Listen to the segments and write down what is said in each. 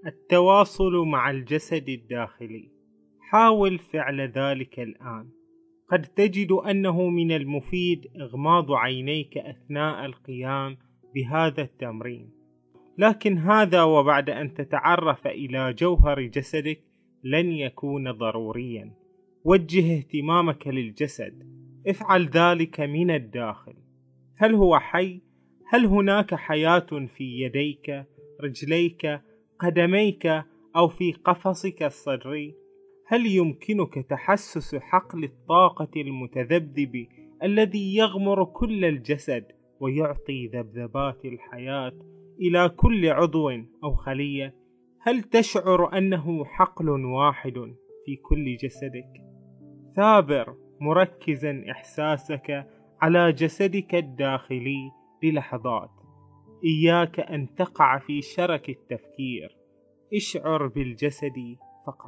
التواصل مع الجسد الداخلي. حاول فعل ذلك الآن. قد تجد أنه من المفيد إغماض عينيك أثناء القيام بهذا التمرين، لكن هذا وبعد أن تتعرف إلى جوهر جسدك لن يكون ضروريا. وجه اهتمامك للجسد، افعل ذلك من الداخل. هل هو حي؟ هل هناك حياة في يديك، رجليك، قدميك أو في قفصك الصدري؟ هل يمكنك تحسس حقل الطاقة المتذبذب الذي يغمر كل الجسد ويعطي ذبذبات الحياة إلى كل عضو أو خلية؟ هل تشعر أنه حقل واحد في كل جسدك؟ ثابر مركزا إحساسك على جسدك الداخلي للحظات. إياك أن تقع في شرك التفكير، اشعر بالجسد فقط.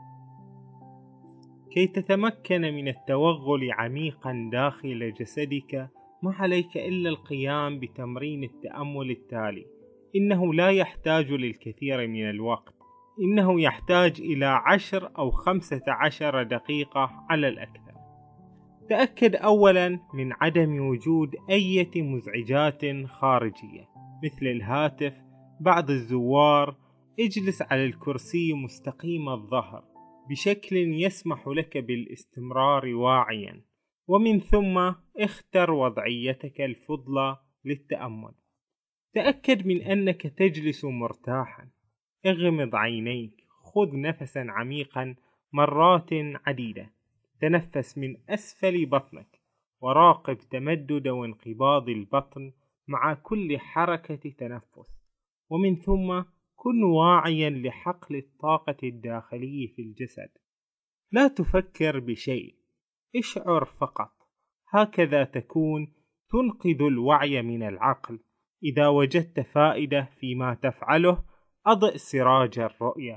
كي تتمكن من التوغل عميقا داخل جسدك، ما عليك إلا القيام بتمرين التأمل التالي. إنه لا يحتاج للكثير من الوقت، إنه يحتاج إلى 10 أو 15 دقيقة على الأكثر. تأكد أولا من عدم وجود أي مزعجات خارجية مثل الهاتف، بعض الزوار. اجلس على الكرسي مستقيم الظهر بشكل يسمح لك بالاستمرار واعيا، ومن ثم اختر وضعيتك الفضلى للتأمل. تأكد من أنك تجلس مرتاحا. اغمض عينيك، خذ نفسا عميقا مرات عديدة. تنفس من أسفل بطنك، وراقب تمدد وانقباض البطن مع كل حركة تنفس. ومن ثم كن واعيا لحقل الطاقة الداخلي في الجسد. لا تفكر بشيء، اشعر فقط. هكذا تكون تنقذ الوعي من العقل. إذا وجدت فائدة فيما تفعله، أضئ سراج الرؤية.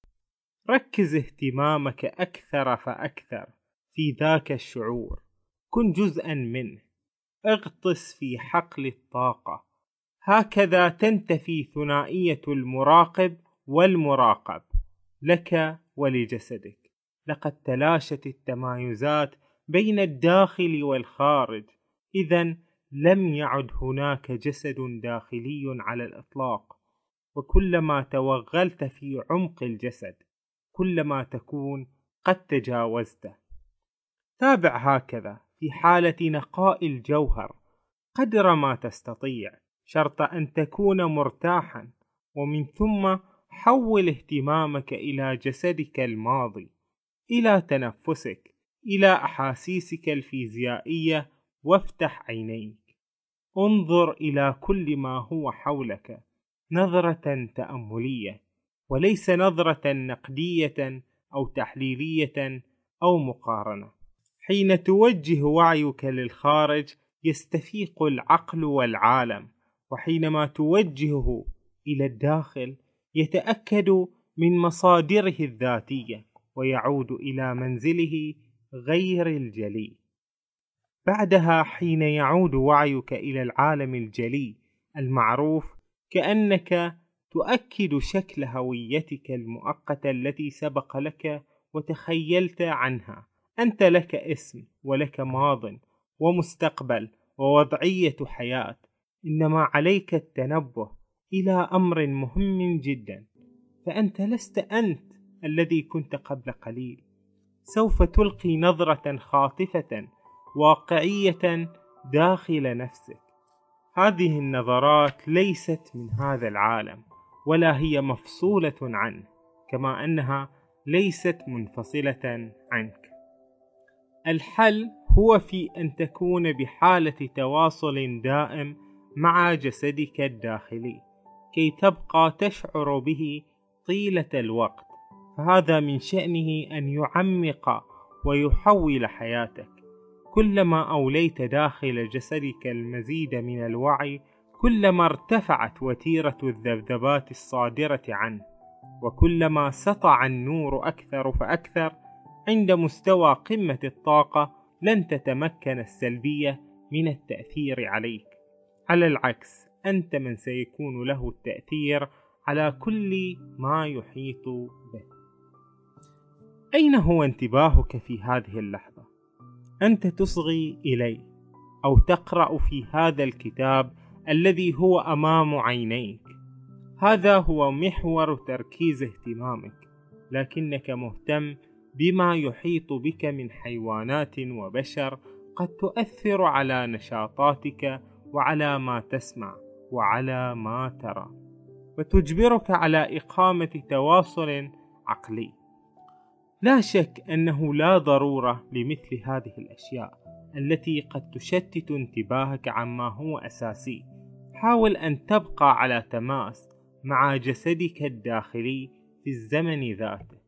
ركز اهتمامك أكثر فأكثر في ذاك الشعور. كن جزءا منه. اغطس في حقل الطاقة. هكذا تنتفي ثنائية المراقب والمراقب لك ولجسدك. لقد تلاشت التمايزات بين الداخل والخارج. إذن لم يعد هناك جسد داخلي على الإطلاق. وكلما توغلت في عمق الجسد، كلما تكون قد تجاوزته. تابع هكذا في حالة نقاء الجوهر قدر ما تستطيع، شرط أن تكون مرتاحا. ومن ثم حول اهتمامك إلى جسدك الماضي، إلى تنفسك، إلى أحاسيسك الفيزيائية، وافتح عينيك. انظر إلى كل ما هو حولك نظرة تأملية، وليس نظرة نقدية أو تحليلية أو مقارنة. حين توجه وعيك للخارج يستفيق العقل والعالم، وحينما توجهه إلى الداخل يتأكد من مصادره الذاتية ويعود إلى منزله غير الجلي. بعدها حين يعود وعيك إلى العالم الجلي المعروف، كأنك تؤكد شكل هويتك المؤقتة التي سبق لك وتخيلت عنها. أنت لك اسم ولك ماضٍ ومستقبل ووضعية حياة. إنما عليك التنبه إلى أمر مهم جدا، فأنت لست أنت الذي كنت قبل قليل. سوف تلقي نظرة خاطفة واقعية داخل نفسك. هذه النظرات ليست من هذا العالم، ولا هي مفصولة عنه، كما أنها ليست منفصلة عنك. الحل هو في أن تكون بحالة تواصل دائم مع جسدك الداخلي كي تبقى تشعر به طيلة الوقت. فهذا من شأنه أن يعمق ويحول حياتك. كلما أوليت داخل جسدك المزيد من الوعي، كلما ارتفعت وتيرة الذبذبات الصادرة عنه، وكلما سطع النور أكثر فأكثر. عند مستوى قمة الطاقة لن تتمكن السلبية من التأثير عليك. على العكس، أنت من سيكون له التأثير على كل ما يحيط به. أين هو انتباهك في هذه اللحظة؟ أنت تصغي إليه أو تقرأ في هذا الكتاب الذي هو أمام عينيك؟ هذا هو محور تركيز اهتمامك، لكنك مهتم بما يحيط بك من حيوانات وبشر قد تؤثر على نشاطاتك وعلى ما تسمع وعلى ما ترى، وتجبرك على إقامة تواصل عقلي. لا شك أنه لا ضرورة لمثل هذه الأشياء التي قد تشتت انتباهك عما هو أساسي. حاول أن تبقى على تماس مع جسدك الداخلي في الزمن ذاته.